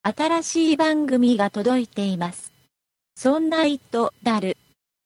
新しい番組が届いています。そんな糸だる。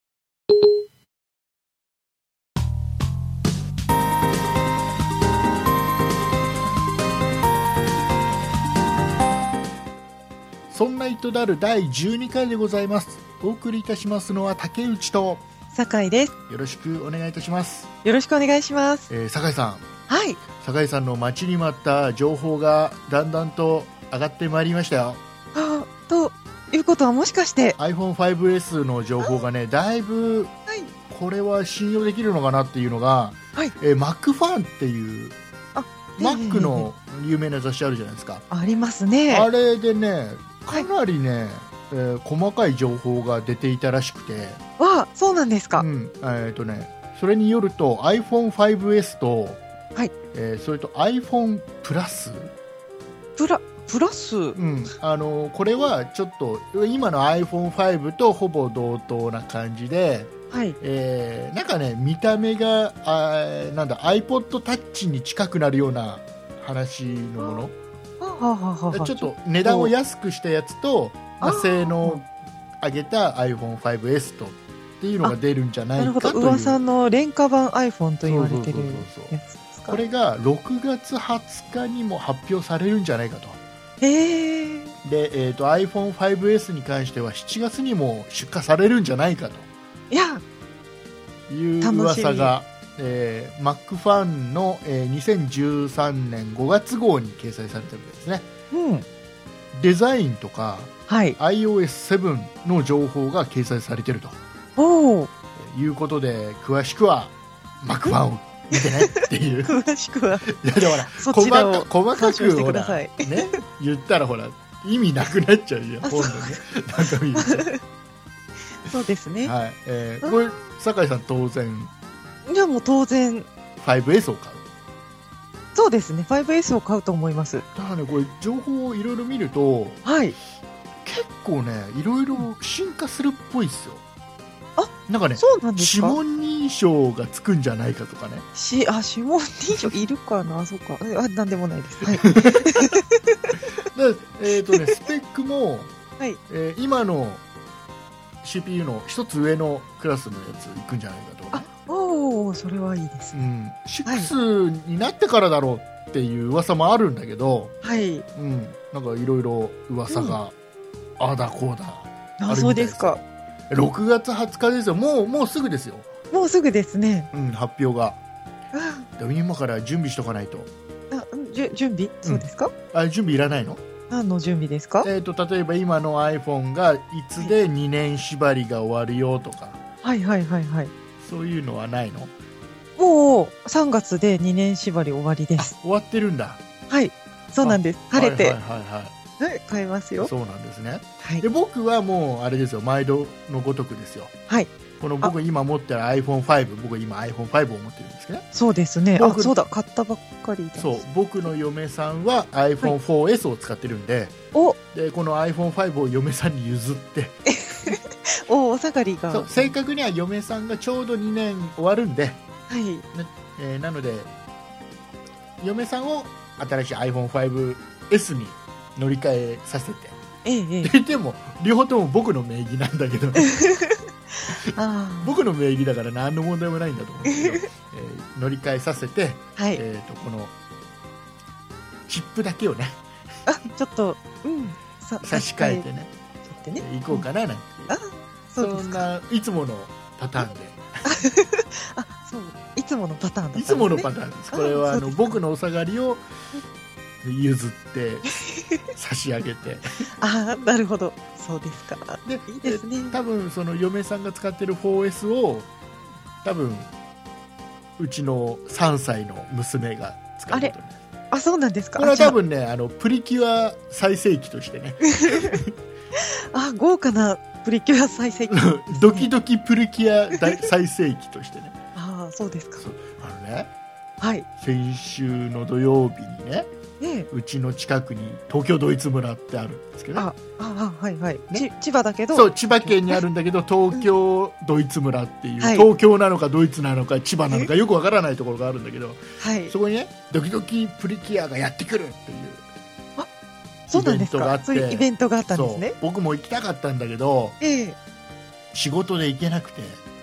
そんな糸だる第12回でございます。お送りいたしますのは竹内と酒井です。 よろしくお願いいたします。 よろしくお願いします。 酒井さん、 はい。 酒井さんの待ちに待った情報がだんだんと上がってまいりましたよ。 ということはもしかして iPhone5S の情報がね、だいぶこれは信用できるのかなっていうのが、 はい、 Mac ファンっていうMac の有名な雑誌あるじゃないですか。 ありますね。 あれでね、かなりね、細かい情報が出ていたらしくて。 そうなんですか。 それによると iPhone5S と、 はい、 それと iPhone プラスプラス、 これはちょっと今の iPhone5 とほぼ同等な感じで、 はい、 なんかね、見た目がiPod Touch に近くなるような話のもの、ちょっと値段を安くしたやつと、性能を上げた iPhone5S とっていうのが出るんじゃないかという。なるほど、 噂の廉価版 iPhone と言われてるやつですか。 これが6月20日にも発表されるんじゃないかと。 で、 iPhone5S に関しては7月にも出荷されるんじゃないかという噂が、Mac ファンの、2013年5月号に掲載されてるんですね。デザインとか、iOS7 の情報が掲載されているということで、詳しくは Mac ファンを見てねっていう詳しくはだから細かくほら、ね、言ったらほら意味なくなっちゃうじゃん、本のね、中身そうですね。 はい、これ酒井さん当然、 じゃあもう当然 5S を買う。 そうですね、 5S を買うと思います。 だからね、これ情報をいろいろ見ると、結構ね、いろいろ進化するっぽいですよ。なんかね、指紋認証がつくんじゃないかとかね。 指紋認証いるかな。そうか、なんでもないです。 で、スペックも、今の CPU の一つ上のクラスのやついくんじゃないかとか、 それはいいですね。 6になってからだろうっていう噂もあるんだけど、なんかいろいろ噂が、ああだこうだあるみたいです。 そうですか。 6月20日ですよ。もうすぐですよ。 もうすぐですね。 発表が。でも今から準備しとかないと。 準備？そうですか？ 準備いらないの？ 何の準備ですか？ 例えば今の iPhone がいつで2年縛りが終わるよとか。そういうのはないの？ もう3月で2年縛り終わりです。 終わってるんだ。 はい、そうなんです。晴れて。買いますよ。 そうなんですね。で、僕はもうあれですよ、毎度のごとくですよ。この僕今持ってる iPhone5、僕今 iPhone5 を持ってるんですけどね。 そうですね。そうだ、買ったばっかりだ。 そう、僕の嫁さんは iPhone4S を使ってるんで、でこの iPhone5 を嫁さんに譲ってお下がりが。 そう、正確には嫁さんがちょうど2年終わるんで、なので嫁さんを新しい iPhone5S に乗り換えさせて、でも両方とも僕の名義なんだけど僕の名義だから何の問題もないんだと思うんですけど、乗り換えさせて、このチップだけをねちょっと、 差し替えてね行こうかななんていう、そんないつものパターンでそう、いつものパターンだったんですね。 いつものパターンです。これは僕のお下がりを譲って差し上げてなるほど、そうですか。 で、 いいですね。 多分その嫁さんが使ってる 4S を多分うちの3歳の娘が使うことになる。 そうなんですか。 これは多分ね、プリキュア最盛期としてね豪華なプリキュア最盛期、ね、 ドキドキプリキュア最盛期としてねそうですか。 先週の土曜日にね、うちの近くに東京ドイツ村ってあるんですけど、 千葉だけど、 そう、千葉県にあるんだけど東京ドイツ村っていう、東京なのかドイツなのか千葉なのかよくわからないところがあるんだけど、そこにね、ドキドキプリキュアがやってくるっていうそうなんですか。そういうイベントがあったんですね。 僕も行きたかったんだけど、仕事で行けなくて。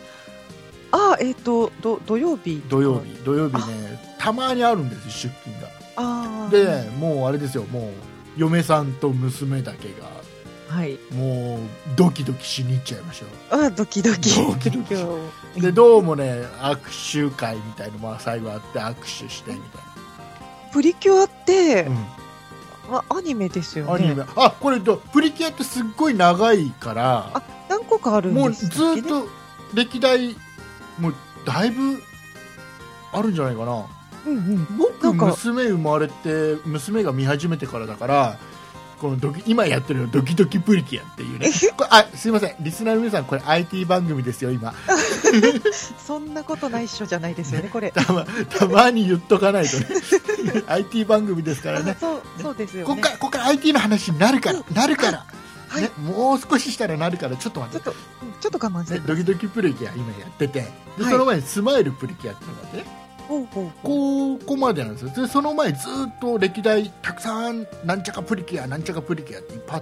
土曜日ね、たまにあるんです出勤が。で、もうあれですよ、もう嫁さんと娘だけが、もうドキドキしに行っちゃいましょう。 ドキドキで、どうもね、握手会みたいのも最後あって握手してみたいな。 プリキュアって、アニメですよね。 アニメ。これプリキュアってすっごい長いから、 何個かあるんですね。もうずっと歴代もうだいぶあるんじゃないかな。僕娘生まれて娘が見始めてからだから、この今やってるのドキドキプリキュアっていうね。すいませんリスナーの皆さん、これ IT 番組ですよ今。 そんなことないっしょじゃないですよねこれ。 たまに言っとかないとね。IT 番組ですからね。 そうですよね。 ここから IT の話になるからね、もう少ししたらなるから、ちょっと待って、 ちょっと我慢して。 ドキドキプリキュア今やってて、でその前にスマイルプリキュアってのがあってね、ここまでなんですよ。でその前ずっと歴代たくさんなんちゃかプリキュアなんちゃかプリキュアっていっぱいあって、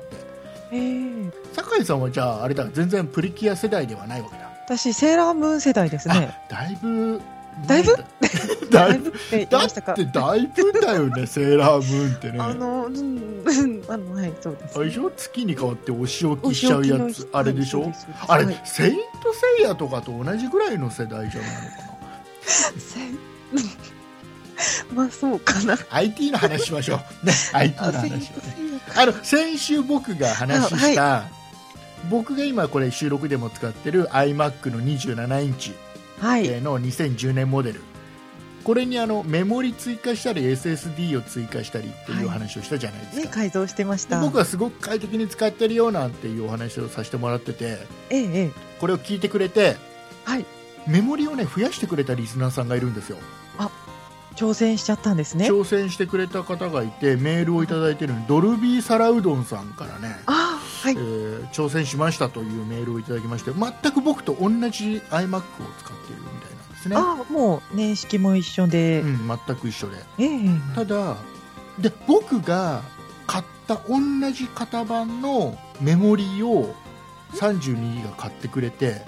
酒井さんはじゃああれだ、全然プリキュア世代ではないわけだ。 私セーラームーン世代ですね。 だいぶだいぶだってだいぶだよね。セーラームーンってね、 そうです。 あれでしょ、月に変わってお仕置きしちゃうやつ、あれでしょ。あれ、セイントセイヤとかと同じぐらいの世代じゃないのかな。 まあそうかな。 IT の話しましょうね。IT の話をね。先週僕が話した、僕が今これ収録でも使ってる iMac の27インチの2010年モデル、これにメモリ追加したり SSD を追加したりっていう話をしたじゃないですか。 改造してました。 僕はすごく快適に使ってるよなんていうお話をさせてもらってて、これを聞いてくれて、メモリをね増やしてくれたリスナーさんがいるんですよ。 挑戦しちゃったんですね。 挑戦してくれた方がいて、メールをいただいてるのに、ドルビーサラウドンさんからね、挑戦しましたというメールをいただきまして、全く僕と同じ iMac を使ってるみたいなんですね。 もう年式も一緒で、 全く一緒で、ただで僕が買った同じ型番のメモリを32ギガ買ってくれて、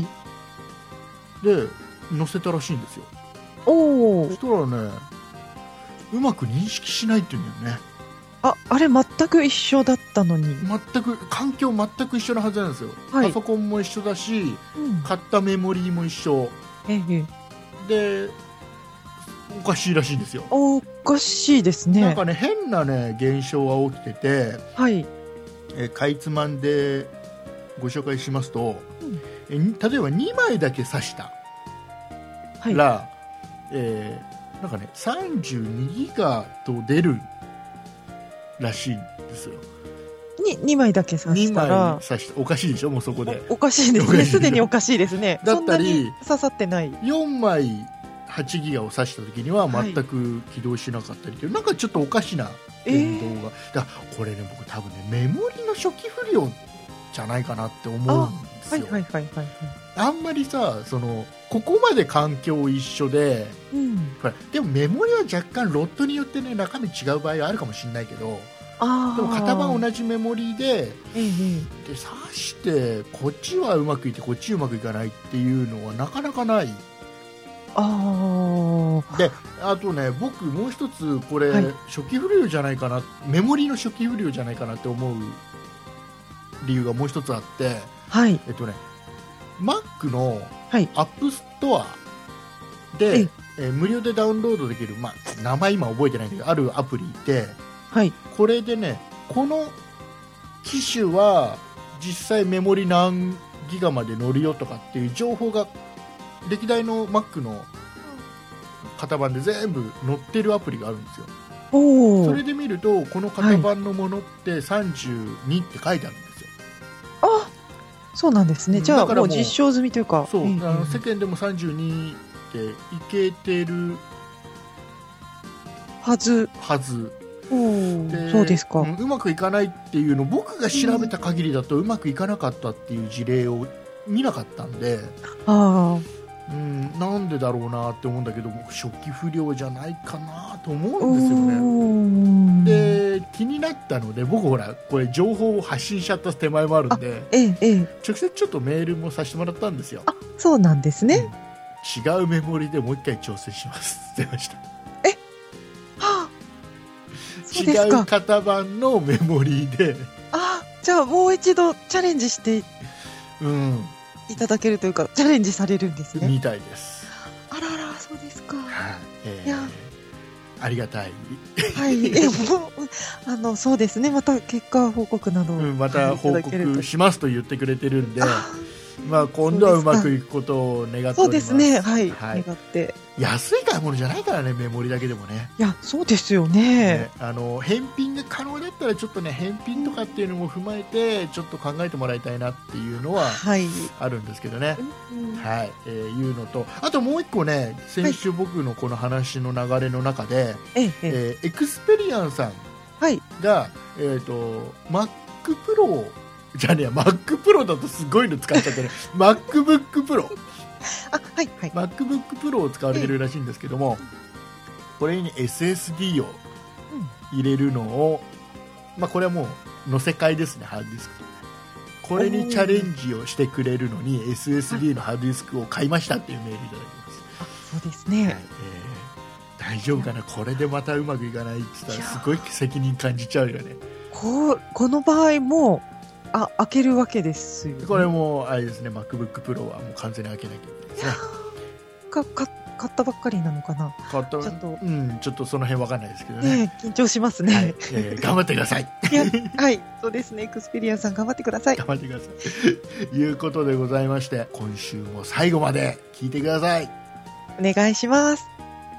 で載せたらしいんですよ。そしたらね、うまく認識しないっていうんだよね。 あれ全く一緒だったのに。 環境全く一緒なはずなんですよ。パソコンも一緒だし、買ったメモリーも一緒、でおかしいらしいんですよ。 おかしいですね。 なんかね、変なね現象が起きてて、かいつまんでご紹介しますと、例えば2枚だけ挿したら、なんかね32ギガと出るらしいんですよ。 2枚だけ挿したら、 おかしいでしょ。もうそこでおかしいですね。すでにおかしいですね。 だったり刺さってない 4枚8ギガを挿した時には全く起動しなかったりという、なんかちょっとおかしな変動が、これね、僕多分ねメモリの初期不良じゃないかなって思うんですよ。あんまりさ、ここまで環境一緒で、でもメモリは若干ロットによってね中身違う場合はあるかもしれないけど、でも型番同じメモリで、で挿してこっちはうまくいってこっちうまくいかないっていうのはなかなかない。で、あとね、僕もう一つこれ、初期不良じゃないかな、メモリの初期不良じゃないかなって思う理由がもう一つあって、Mac のアップストアで、無料でダウンロードできる、名前今覚えてないんだけど、あるアプリで、これでね、この機種は実際メモリ何ギガまで乗るよとかっていう情報が歴代の Mac の型番で全部載ってるアプリがあるんですよ。それで見るとこの型番のものって32って書いてあるんですよ。 そうなんですね。じゃあもう実証済みというか、 そう、世間でも32っていけてるはず。そうですか。 うまくいかないっていうの、僕が調べた限りだとうまくいかなかったっていう事例を見なかったんで、なんでだろうなって思うんだけど、僕初期不良じゃないかなと思うんですよね。で、気になっったので、僕ほらこれ情報を発信しちゃった手前もあるんで、直接ちょっとメールもさせてもらったんですよ。 あ、そうなんですね。 違うメモリでもう一回挑戦しますって言ってました。 はあ、そうですか。 違う型番のメモリで、 じゃあもう一度チャレンジしていただけるというか、チャレンジされるんですね。 みたいです。 あらら、そうですか。 いや、ありがたい。 はい。もうそうですね。また結果報告など、 また報告しますと言ってくれてるんで、まあ今度はうまくいくことを願っております。 そうですね。はい。願って。 安い買い物じゃないからね、メモリだけでもね。 いや、そうですよね。 返品が可能だったらちょっとね、返品とかっていうのも踏まえてちょっと考えてもらいたいなっていうのはあるんですけどね。はい、いうのと、あともう一個ね、先週僕のこの話の流れの中で、エクスペリアンさんが、Mac Pro じゃねえや、Mac Pro だとすごいの使っちゃってねMacBook Pro MacBook Pro を使われてるらしいんですけども、これに SSD を入れるのを、これはもう載せ替えですね、ハードディスクと。これにチャレンジをしてくれるのに SSD のハードディスクを買いましたっていうメールいただきます。 そうですね。 大丈夫かな、これでまたうまくいかないって言ったらすごい責任感じちゃうよね。 この場合も開けるわけですよね。 これもあれですね、 MacBook Pro はもう完全に開けなきゃいけないですね。 買ったばっかりなのかな。ちょっとその辺わかんないですけどね。 緊張しますね。 頑張ってください。 はい、そうですね。エクスペリアンさん頑張ってください。 頑張ってください。ということでございまして、今週も最後まで聞いてください。 お願いします。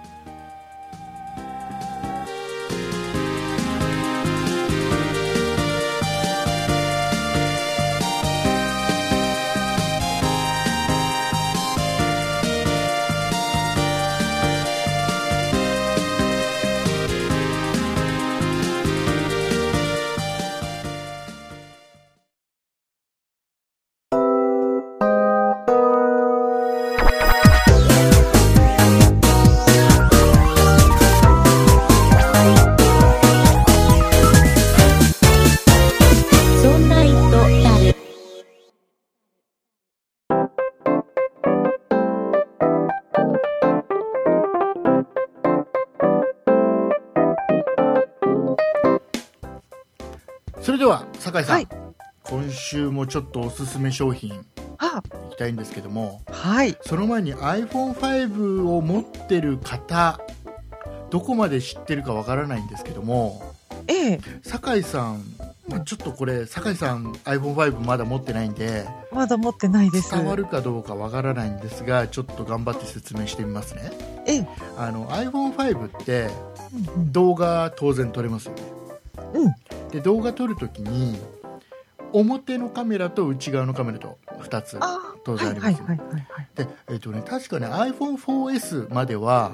それでは酒井さん、今週もちょっとおすすめ商品いきたいんですけども、その前に iPhone5 を持ってる方、どこまで知ってるかわからないんですけども、酒井さん、ちょっとこれ酒井さん iPhone5 まだ持ってないんで、 まだ持ってないです。 伝わるかどうかわからないんですが、ちょっと頑張って説明してみますね。iPhone5 って動画当然撮れますよね。で動画撮るときに表のカメラと内側のカメラと2つ当然ありますよね。で、確かね iPhone4S までは、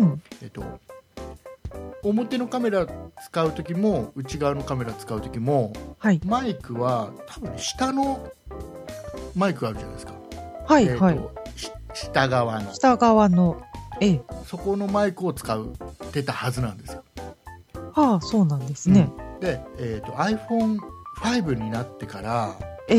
表のカメラ使うときも内側のカメラ使うときも、マイクは多分、下のマイクあるじゃないですか。下側の、そこのマイクを使ってたはずなんですよ。 そうなんですね。 で、iPhone5 になってから、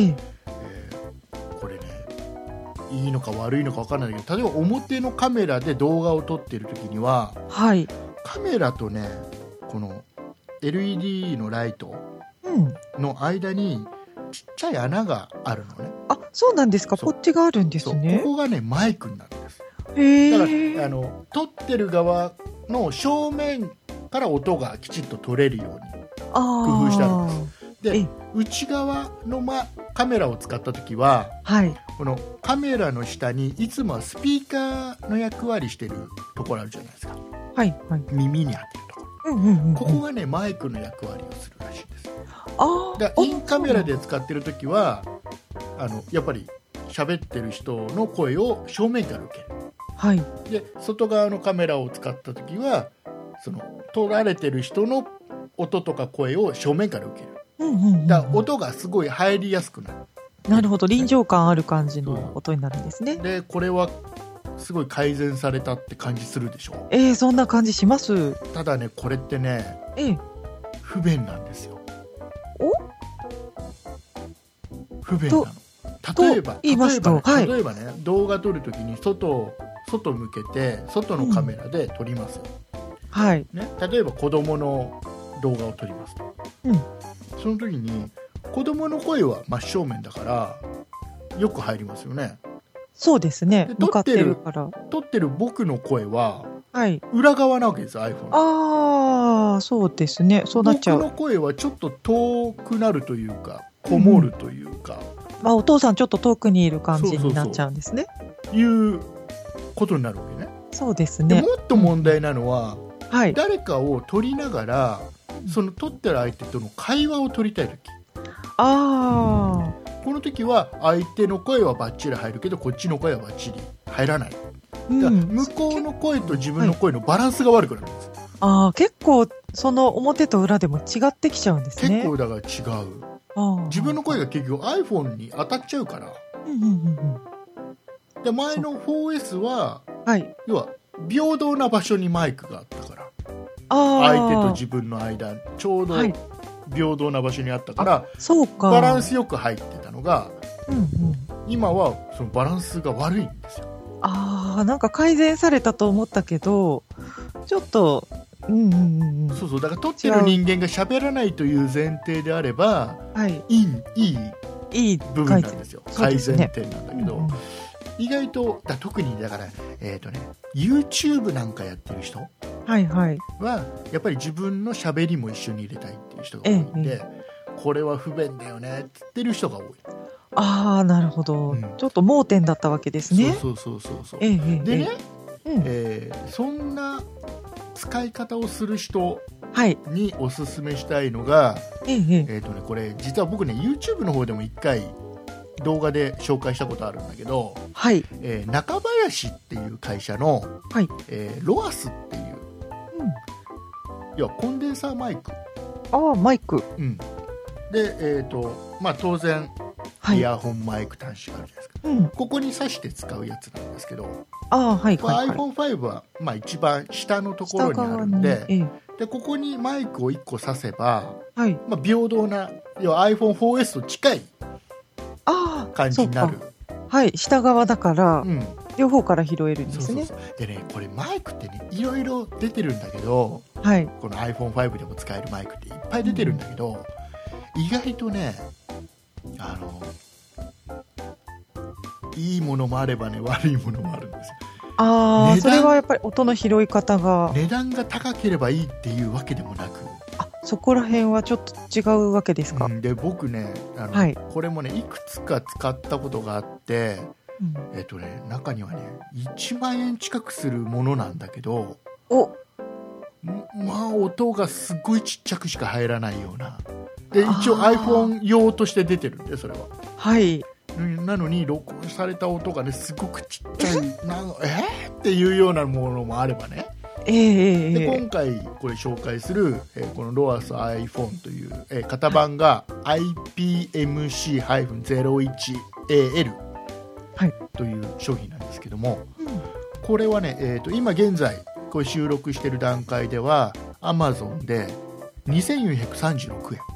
これね、いいのか悪いのか分からないけど、例えば表のカメラで動画を撮っているときには、カメラとね、この LED のライトの間にちっちゃい穴があるのね。 そうなんですか。こっちがあるんですね。 ここがね、マイクになるんです。だから撮ってる側の正面から音がきちっと取れるように工夫してあるんです。で、内側の、カメラを使ったときは、このカメラの下にいつもはスピーカーの役割してるところあるじゃないですか。耳に当てるところ、ここがね、マイクの役割をするらしいんです。だからインカメラで使ってるときはやっぱり喋ってる人の声を正面から受ける。で外側のカメラを使ったときはその撮られてる人の音とか声を正面から受ける。だから音がすごい入りやすくなる。 なるほど、臨場感ある感じの音になるんですね。 でこれはすごい改善されたって感じするでしょ。 そんな感じします。 ただね、これってね、 不便なんですよ。不便なの。例えばね、動画撮るときに外向けて外のカメラで撮りますよ、 はいね、例えば子供の動画を撮りますと、その時に子供の声は真正面だからよく入りますよね。 そうですね。 で向かってるから撮ってる僕の声ははい。 裏側なわけですよ、iPhone。 ああ、そうですね。そうなっちゃう。 僕の声はちょっと遠くなるというか、こもるというか、 お父さんちょっと遠くにいる感じになっちゃうんですね。 いうことになるわけね。 そうですね。 でもっと問題なのは、 はい。 誰かを撮りながらその撮ってる相手との会話を撮りたいとき、 あこの時は相手の声はバッチリ入るけどこっちの声はバッチリ入らない、だから向こうの声と自分の声のバランスが悪くなるんです、 結構その表と裏でも違ってきちゃうんですね。 結構だから違う。自分の声が結局 iPhone に当たっちゃうから、で前の 4S は、要は平等な場所にマイクがあったから、相手と自分の間ちょうど平等な場所にあったから、 そうか、 バランスよく入ってたのが、今はそのバランスが悪いんですよ。 なんか改善されたと思ったけどちょっとそうそう、だから撮ってる人間が喋らないという前提であれば、いい部分なんですよ、改善点なんだけど、意外と特にだから、YouTube なんかやってる人はやっぱり自分の喋りも一緒に入れたいっていう人が多いんで、これは不便だよねって言ってる人が多い。 なるほど、ちょっと盲点だったわけですね。 そうでね、そんな使い方をする人におすすめしたいのが、これ実は僕ね YouTube の方でも1回動画で紹介したことあるんだけど、中林っていう会社の、ロアスっていう、要はコンデンサーマイク、 マイク、 で、当然イヤホンマイク端子があるじゃないですか、ここに挿して使うやつなんですけど、iPhone5 は、一番下のところにあるんで、でここにマイクを1個挿せば、平等な、要は iPhone4S と近い感じになる。 下側だから、両方から拾えるんですね。 でね、これマイクってねいろいろ出てるんだけど、この iPhone5 でも使えるマイクっていっぱい出てるんだけど、意外とねいいものもあればね悪いものもあるんですよ。 それはやっぱり音の拾い方が値段が高ければいいっていうわけでもなく、 そこら辺はちょっと違うわけですか。 で僕ねこれもねいくつか使ったことがあって、中にはね1万円近くするものなんだけど、音がすごいちっちゃくしか入らないような、で一応 iPhone 用として出てるんで、それはなのに録音された音がねすごくちっちゃいっていうようなものもあればね、で今回これ紹介する、このロアス iPhone という、型番が IPMC-01AL という商品なんですけども、これはね、今現在これ収録している段階では Amazon で2436円、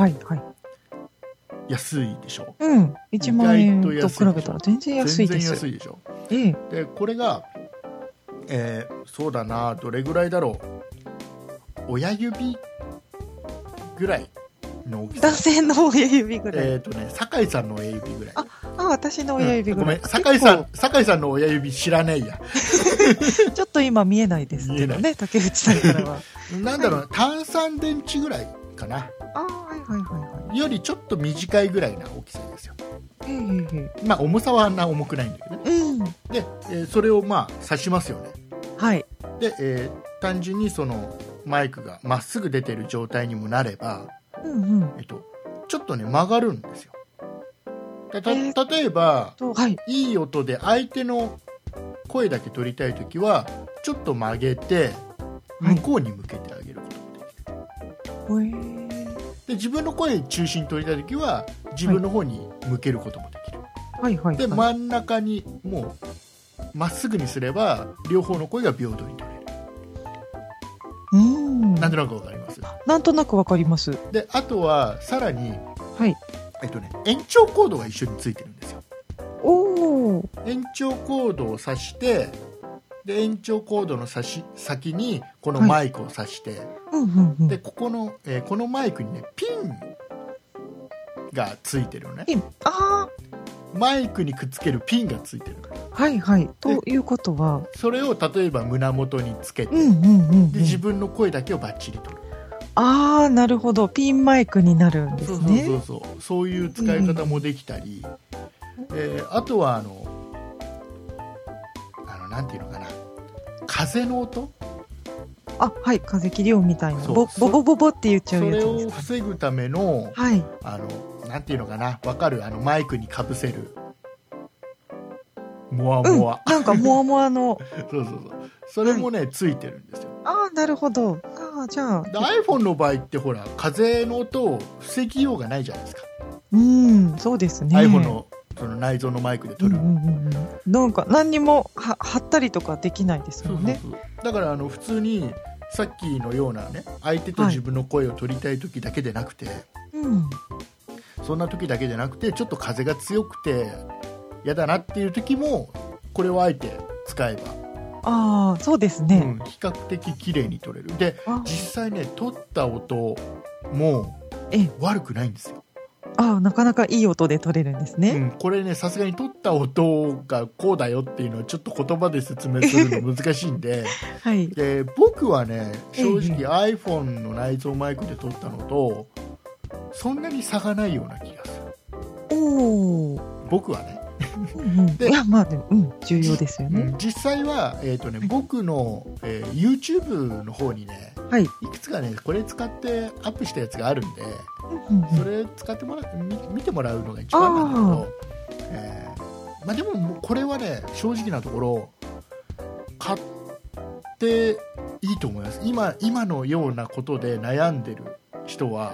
安いでしょ。 1万円と比べたら全然安いです。 全然安いでしょ。でこれが、そうだな、どれぐらいだろう、親指ぐらいの大きさ。 男性の親指ぐらい。 酒井さんの親指ぐらい。 私の親指ぐらい。 ごめん、酒井さんの親指知らねえや。 ちょっと今見えないですけどね、竹内さんからは。 なんだろう、炭酸電池ぐらいかな。よりちょっと短いぐらいな大きさですよ。重さはあんな重くないんだけどね。で、それを挿しますよね。で、単純にそのマイクがまっすぐ出てる状態にもなれば、ちょっとね曲がるんですよ。例えば、いい音で相手の声だけ取りたいときはちょっと曲げて向こうに向けてあげることもできる。で自分の声中心に取りたいときは自分の方に向けることもできる。で真ん中にもうまっすぐにすれば両方の声が平等に取れる。なんとなくわかります？ なんとなくわかります。 であとはさらに、 はい。 延長コードが一緒についてるんですよ。 おお。 延長コードを挿して、で延長コードの先にこのマイクを挿して、でこのマイクにねピンがついてるのね。マイクにくっつけるピンがついてる。 はいはい。ということは、 それを例えば胸元につけて、で自分の声だけをバッチリ取る。 ああ、なるほど。ピンマイクになるんですね。 そういう使い方もできたり、あとはなんていうのかな、風の音。 はい、風切り音みたいな、ボボボボって言っちゃうやつですか。 それを防ぐための、 はい、 なんていうのかな、わかる、マイクにかぶせるモワモワ、 なんかモワモワのそれもね、ついてるんですよ。 なるほど。じゃあ iPhone の場合ってほら、風の音を防ぎようがないじゃないですか。 そうですね。 iPhone のその内蔵のマイクで撮る、 なんか何にも貼ったりとかできないですもんね。 だから普通にさっきのようなね、相手と自分の声を取りたい時だけでなくて、そんな時だけじゃなくて、ちょっと風が強くて嫌だなっていう時もこれをあえて使えば、 そうですね、 比較的綺麗に撮れる。で実際ね、撮った音も悪くないんですよ。 なかなかいい音で撮れるんですね。 これね、さすがに撮った音がこうだよっていうのはちょっと言葉で説明するの難しいんで、で僕はね、正直 iPhone の内蔵マイクで撮ったのとそんなに差がないような気がする。僕はねでまあでも、重要ですよね。 実際は、僕の、YouTube の方にね、いくつかね、これ使ってアップしたやつがあるんで、それ使って見てもらうのが一番なんだけど、でもこれはね、正直なところ買っていいと思います。今のようなことで悩んでる人は、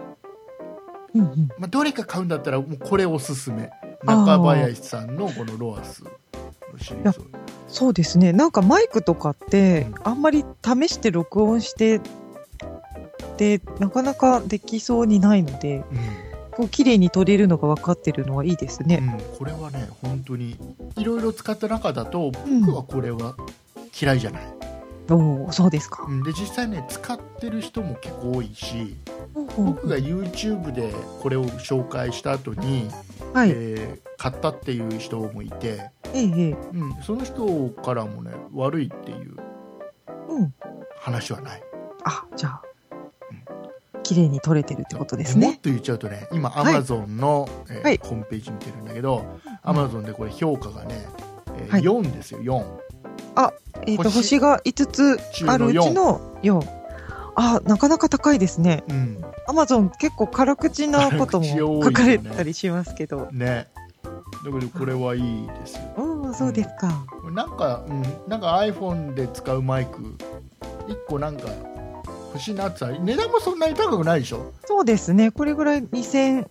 どれか買うんだったらもうこれおすすめ。中林さんのこのロアスのシリーズ。 そうですね。なんかマイクとかってあんまり試して録音してでなかなかできそうにないので、こう綺麗に撮れるのが分かってるのはいいですね。 これはね、本当にいろいろ使った中だと僕はこれは嫌いじゃない。 そうですか。 で実際ね、使ってる人も結構多いし、僕が YouTube でこれを紹介した後に、買ったっていう人もいて、その人からもね、悪いっていう話はない。 じゃあ綺麗に撮れてるってことですね。 もっと言っちゃうとね、今 Amazon の、ホームページ見てるんだけど、Amazon でこれ評価がね、4ですよ。4。 星が5つあるうちの4。なかなか高いですね。Amazon 結構辛口なことも書かれたりしますけどね。だけどこれはいいですよ。 そうですか。 なんか iPhone で使うマイク1個なんか欲しいなってさ、値段もそんなに高くないでしょ。 そうですね。これぐらい2436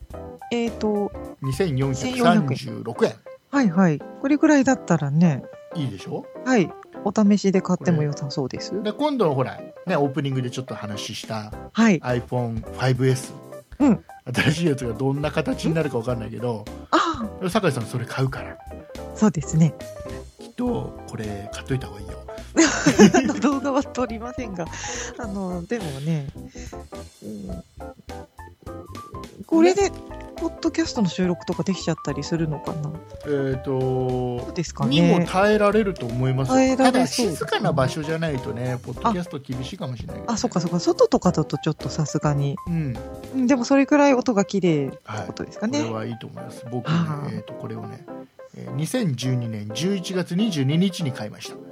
円。これぐらいだったらね、いいでしょ。 お試しで買っても良さそうです。 で今度のほらね、オープニングでちょっと話したiPhone5S、新しいやつがどんな形になるか分かんないけど、酒井さんそれ買うから。 そうですね。 きっとこれ買っといた方がいいよ。 動画は撮りませんが、でもね、これでポッドキャストの収録とかできちゃったりするのかな。 そうですかね。 にも耐えられると思います。ただ静かな場所じゃないとね、ポッドキャスト厳しいかもしれないけど、ね。 そっか。外とかだとちょっとさすがに。でもそれくらい音が綺麗ってことですかね。 これはいいと思います。僕ね、これをね、2012年11月22日に買いました。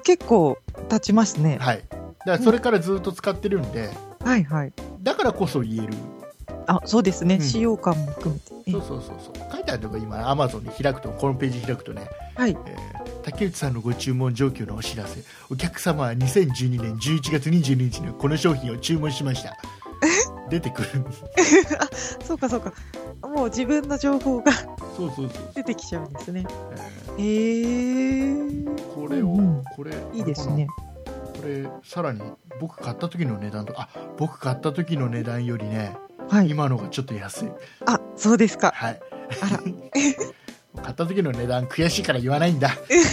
結構経ちますね。 だからそれからずっと使ってるんで、だからこそ言える。 そうですね、使用感も含めて。 そう書いてあるとこ今 Amazon で開くと、このページ開くとね、竹内さんのご注文状況のお知らせ、お客様は2012年11月22日にこの商品を注文しました出てくるそうかもう自分の情報が出てきちゃうんですね。 これを、これいいですね。 これさらに僕買った時の値段と僕買った時の値段よりね、 はい。 今のがちょっと安い。 あ、そうですか。 はいあら。 買った時の値段悔しいから言わないんだ。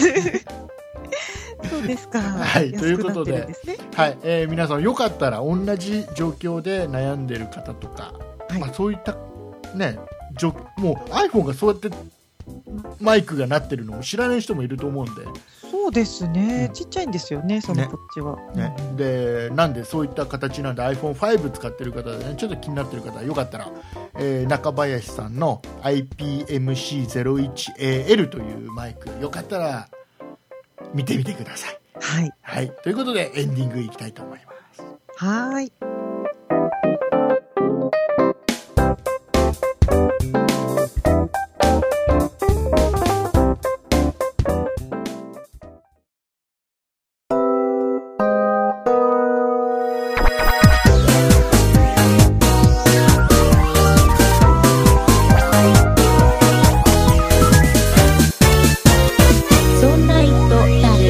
そうですか。 はい、ということで、 安くなってるんですね。 はい、皆さんよかったら同じ状況で悩んでる方とか、 はいそういったね、もう iPhone がそうやってマイクがなってるのを知らない人もいると思うんで、 そうですね。ちっちゃいんですよね、そのこっちは。 ね、でなんでそういった形なんで iPhone5 使ってる方でね、ちょっと気になってる方はよかったら、中林さんの IPMC01AL というマイクよかったら見てみてください。 はい。 はい、ということでエンディングいきたいと思います。 はい。 そんな糸だる。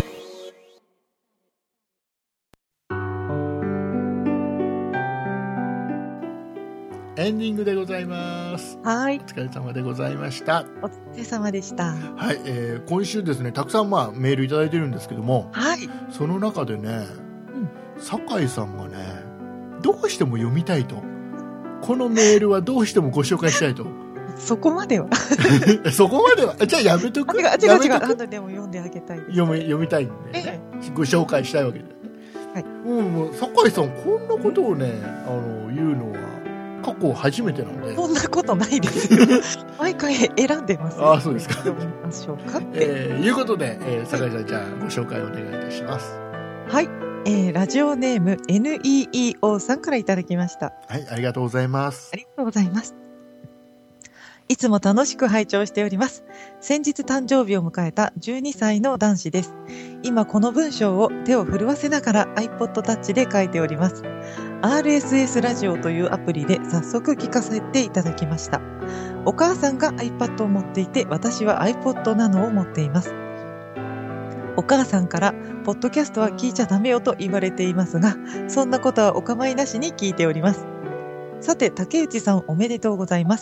エンディングでございます。 はいお。疲れ様でございました。 お疲れ様でした。 はい、今週ですね、たくさんメールいただいてるんですけども、 はい。 その中でね、酒井さんがね、どうしても読みたいと、このメールはどうしてもご紹介したいと。 そこまでは。 そこまではじゃあやめとく。 違う。 やめとくあの、でも読んであげたいです。 読みたいんでね、ご紹介したいわけだよね。 はい。 もう酒井さんこんなことをね、言うのは過去初めてなんで。 そんなことないですよ。毎回選んでますよ。 あ、そうですか。 読みましょうかって。 いうことで、酒井さんじゃあご紹介お願いいたします。 はい。ラジオネーム NEEO さんからいただきました。 はい、ありがとうございます。 ありがとうございます。いつも楽しく拝聴しております。先日誕生日を迎えた12歳の男子です。今この文章を手を震わせながら iPod Touch で書いております。RSS ラジオというアプリで早速聞かせていただきました。お母さんが iPad を持っていて、私は iPod Nano を持っています。お母さんからポッドキャストは聞いちゃダメよと言われていますが、そんなことはお構いなしに聞いております。さて、竹内さんおめでとうございます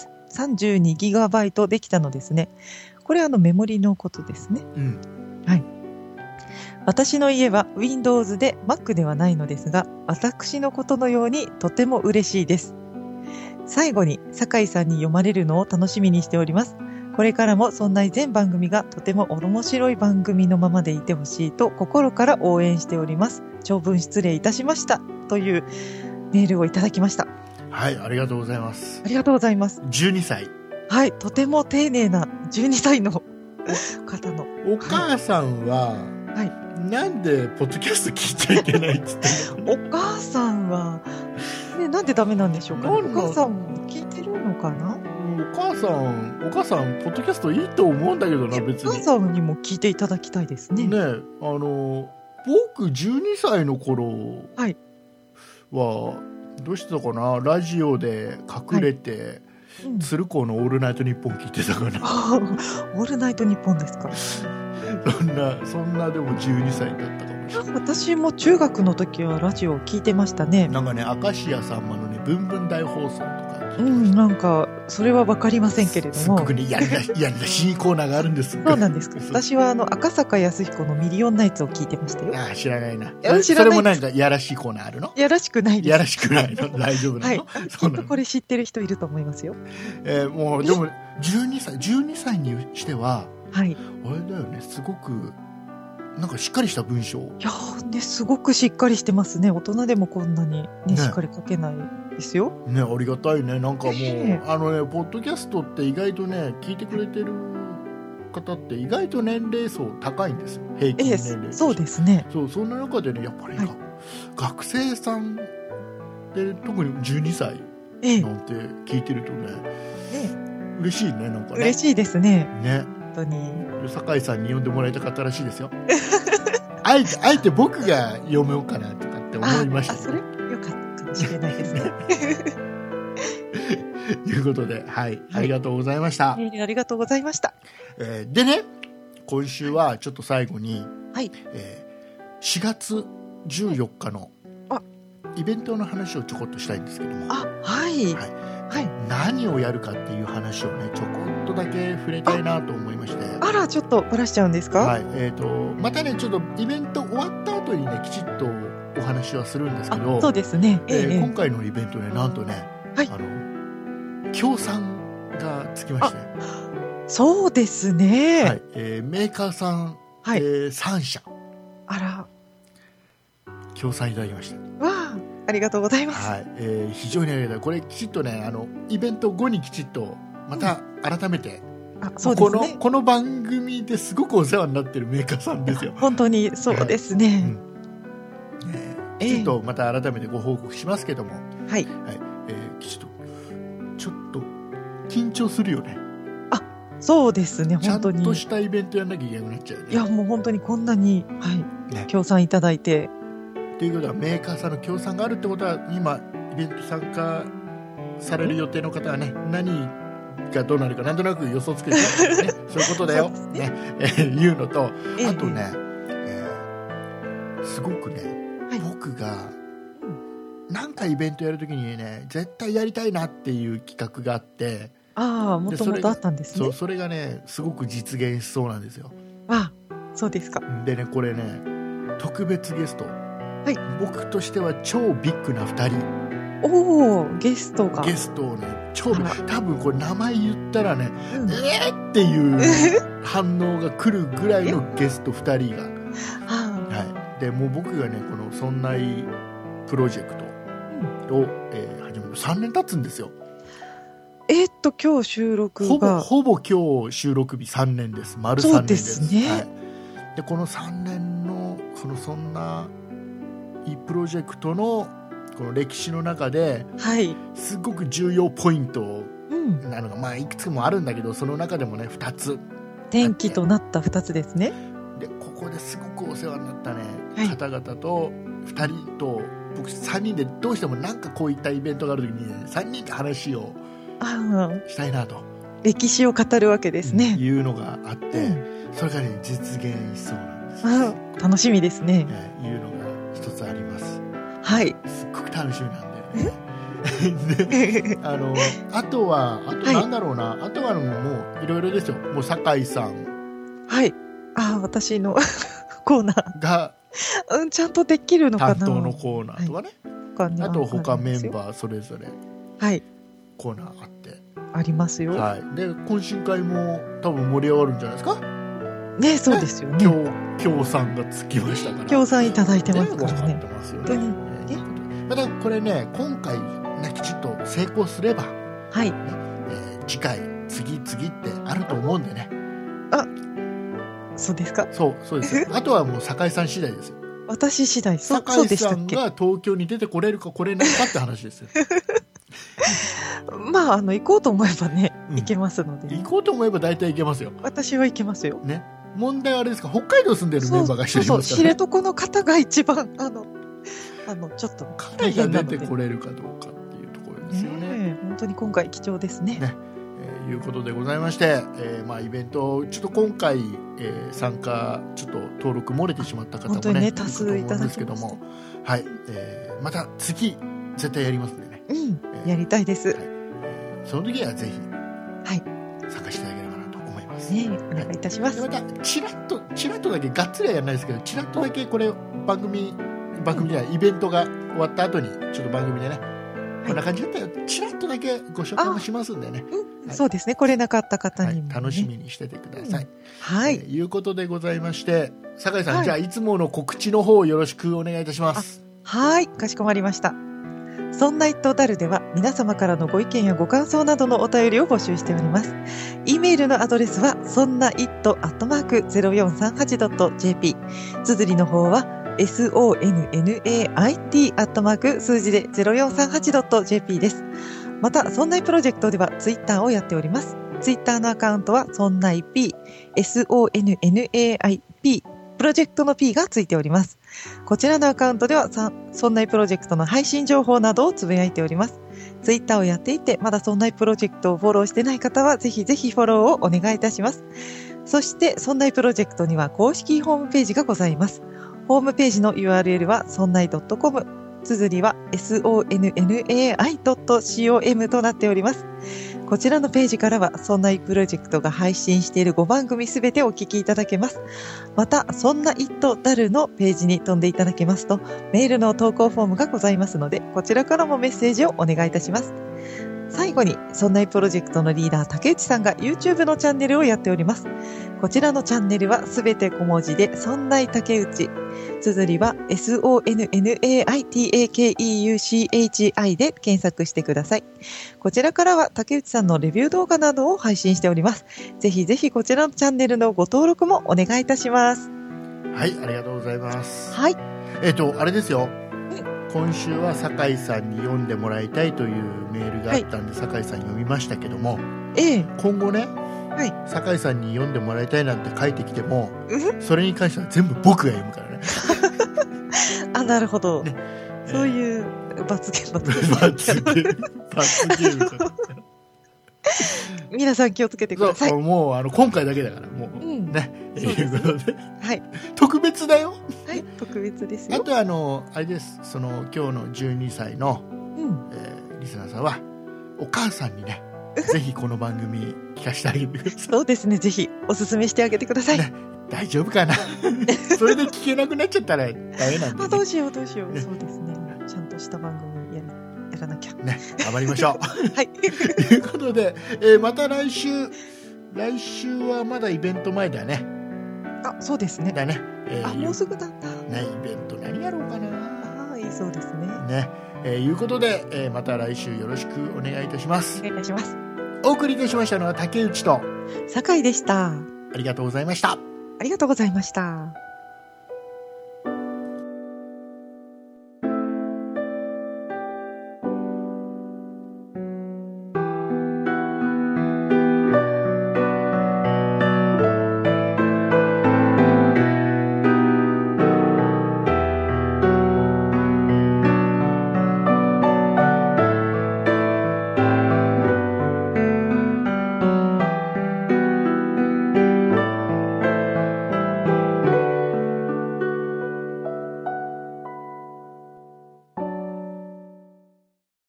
。32GB できたのですね。これメモリのことですね。はい。私の家は Windows で Mac ではないのですが、私のことのようにとても嬉しいです。最後に、酒井さんに読まれるのを楽しみにしております。これからもそんな全番組がとても面白い番組のままでいてほしいと心から応援しております。長文失礼いたしました。というメールをいただきました。 はい、ありがとうございます。 ありがとうございます。 12歳。 はい、とても丁寧な12歳の方の。 お母さんは、 はい、 なんでポッドキャスト聞いちゃいけないっつってんの？ お母さんは、ね、なんでダメなんでしょうか、ね、お母さんも聞いてるのかな？ お母さん、ポッドキャストいいと思うんだけどな、別に。 お母さんにも聞いていただきたいですね。 ね、僕12歳の頃は、どうしてたかな、ラジオで隠れて、鶴光のオールナイトニッポン聞いてたかな。 オールナイトニッポンですか。 そんなでも12歳だったかもしれない。 私も中学の時はラジオを聞いてましたね。 なんかね、明石家さんまのね、ブンブン大放送とか聞いてました。 なんかそれは分かりませんけれども、 すっごくね、やりらしいコーナーがあるんです。 そうなんですか。私は赤坂康彦のミリオンナイツを聞いてましたよ。 ああ、知らないな。 知らない。 それもなんかやらしいコーナーあるの？ やらしくないです。 やらしくないの？大丈夫なの？ はい。きっとこれ知ってる人いると思いますよ。 もうでも12歳にしては、 はい。 あれだよね、すごくなんかしっかりした文章。 いやーね、すごくしっかりしてますね。大人でもこんなにね、しっかり書けないですよ。 ね、ありがたいね。なんかもう、ポッドキャストって意外とね、聞いてくれてる方って意外と年齢層高いんですよ。平均年齢。 そうですね。 そんな中でね、やっぱり、学生さんで特に12歳なんて聞いてるとね、嬉しいね、なんかね。 嬉しいですね。 ね。 本当に。 酒井さんに読んでもらいたかったらしいですよ。あえて僕が読めようかなとかって思いました。 それよかったかもしれないですね。 ということで、はい、ありがとうございました。 ありがとうございました。 でね、今週はちょっと最後に、 はい、 4月 14日のイベントの話をちょこっとしたいんですけども、何をやるかっていう話をねちょこっとだけ触れたいなと思いまして。 あら、ちょっとばらしちゃうんですか？ はい、またねちょっとイベント終わった後にねきちっとお話はするんですけど、 そうですね、 今回のイベントねなんとね、協賛がつきまして、 そうですね、 はい、メーカーさん、3社あら協賛いただきました。 わあ、ありがとうございます。 はい、非常にありがたい。これきちっとねイベント後にきちっとまた改めて、 そうですね、 この番組ですごくお世話になってるメーカーさんですよ。 本当にそうですね、 きちっとまた改めてご報告しますけども、きちっとちょっと緊張するよね。 そうですね、本当にちゃんとしたイベントやんなきゃいけなくなっちゃうね。 いや、もう本当にこんなに、協賛いただいてということはメーカーさんの協賛があるってことは、今イベント参加される予定の方はね、何がどうなるかなんとなく予想つけてる、ね、そういうことだよね言うのと、あとね、すごくね、僕がなんかイベントやるときにね絶対やりたいなっていう企画があって、 もともとあったんですね。 それがねすごく実現しそうなんですよ。 そうですか。 でね、これね特別ゲスト、僕としては超ビッグな2人、 ゲストをね超ビッグ、多分これ名前言ったらね、っていう反応が来るぐらいのゲスト2人がでもう僕がねこのそんないプロジェクトを、始める3年経つんですよ。 今日収録がほぼ今日収録日3年です。丸3年です。 そうですね、 でこの3年のそんないプロジェクトのこの歴史の中で、すごく重要ポイントなのが、いくつもあるんだけど、その中でもね2つ転機となった2つですね。 でここですごくお世話になったね、方々と2人と僕3人でどうしてもなんかこういったイベントがあるときに、ね、3人で話をしたいなと、 歴史を語るわけですね、 いうのがあって、それがね実現しそうなんです。 楽しみですね、 いうのが一つあります。すっごく楽しみなんでであとなんだろうな、あとはもういろいろですよ。もう酒井さん、 私のコーナーがちゃんとできるのかな、 担当のコーナーとかね、あと他メンバーそれぞれコーナーあってありますよ。 で懇親会も多分盛り上がるんじゃないですかね。そうですよね。 協賛がつきましたから、 協賛いただいてますからね。 分かってますよね。またこれね今回ねきちっと成功すれば、次回次ってあると思うんでね。 そうですか。 そうですあとはもう酒井さん次第ですよ。 私次第。 酒井さんが東京に出てこれるか来れないかって話ですよ行こうと思えばね、行けますので、 行こうと思えば大体行けますよ。 私は行けますよね。 問題はあれですか、北海道住んでるメンバーが一緒にいますからね。 知床の方が一番ちょっと彼が出てこれるかどうかっていうところですよね。 本当に今回貴重ですね。 いうことでございまして、イベントちょっと今回、参加ちょっと登録漏れてしまった方もね多数いただきました。 また次絶対やりますんでね、 やりたいです。 その時はぜひ、参加していただければなと思います。 お願いいたします。 またチラッとだけがっつりはやらないですけど、チラッとだけこれ番組じゃないイベントが終わった後にちょっと番組でね、こんな感じだったよ、チラッとだけご紹介もしますんでね。 そうですね。来れなかった方にも、 楽しみにしててください。いうことでございまして、酒井さん、じゃあいつもの告知の方よろしくお願いいたします。 かしこまりました。そんな一等ダルでは皆様からのご意見やご感想などのお便りを募集しております。e メールのアドレスはそんな it@0438.jp、 綴りの方はsonnait 数字で 0438.jp です。また、そんないプロジェクトではツイッターをやっております。ツイッターのアカウントはそんない P、SONNAIP、プロジェクトの P がついております。こちらのアカウントではそんないプロジェクトの配信情報などをつぶやいております。ツイッターをやっていて、まだそんないプロジェクトをフォローしてない方はぜひぜひフォローをお願いいたします。そして、そんないプロジェクトには公式ホームページがございます。 ホームページの URL は sonnai.com、綴りは sonnai.com となっております。こちらのページからは、そんないプロジェクトが配信している5番組すべてお聞きいただけます。また、そんなitダルのページに飛んでいただけますと、メールの投稿フォームがございますので、こちらからもメッセージをお願いいたします。最後に、そんないプロジェクトのリーダー竹内さんが YouTube のチャンネルをやっております。こちらのチャンネルはすべて小文字で、そんない竹内。綴りは SONNAITAKEUCHI で検索してください。こちらからは竹内さんのレビュー動画などを配信しております。ぜひぜひこちらのチャンネルのご登録もお願いいたします。 はい、ありがとうございます。 はい。 あれですよ。今週は酒井さんに読んでもらいたいというメールがあったんで、酒井さん読みましたけども、今後ね、酒井さんに読んでもらいたいなんて書いてきても、それに関しては全部僕が読むからね。 あ、なるほど。ね、そういう罰ゲーム罰ゲームじゃない。 皆さん気をつけてください。 もう今回だけだからもう、ね、いうことで、 はい、 特別だよ。 はい、特別ですよ。 あとあれです。今日の12歳の、リスナーさんはお母さんにね、ぜひこの番組聞かせてあげてください。 そうですね、ぜひおすすめしてあげてください。 ね、大丈夫かな。それで聞けなくなっちゃったらダメなんで、ね。 どうしよう。そうですね。ちゃんとした番組やらなきゃ。 ね、頑張りましょう。 はい。 ということで、また来週はまだイベント前だね。 あ、そうですね。 だね。 もうすぐだった。 ね、イベント何やろうかな。 いいそうですね。 ね、いうことで、また来週よろしくお願いいたします。 お願いいたします。 お送りいたしましたのは竹内と酒井でした。 ありがとうございました。 ありがとうございました。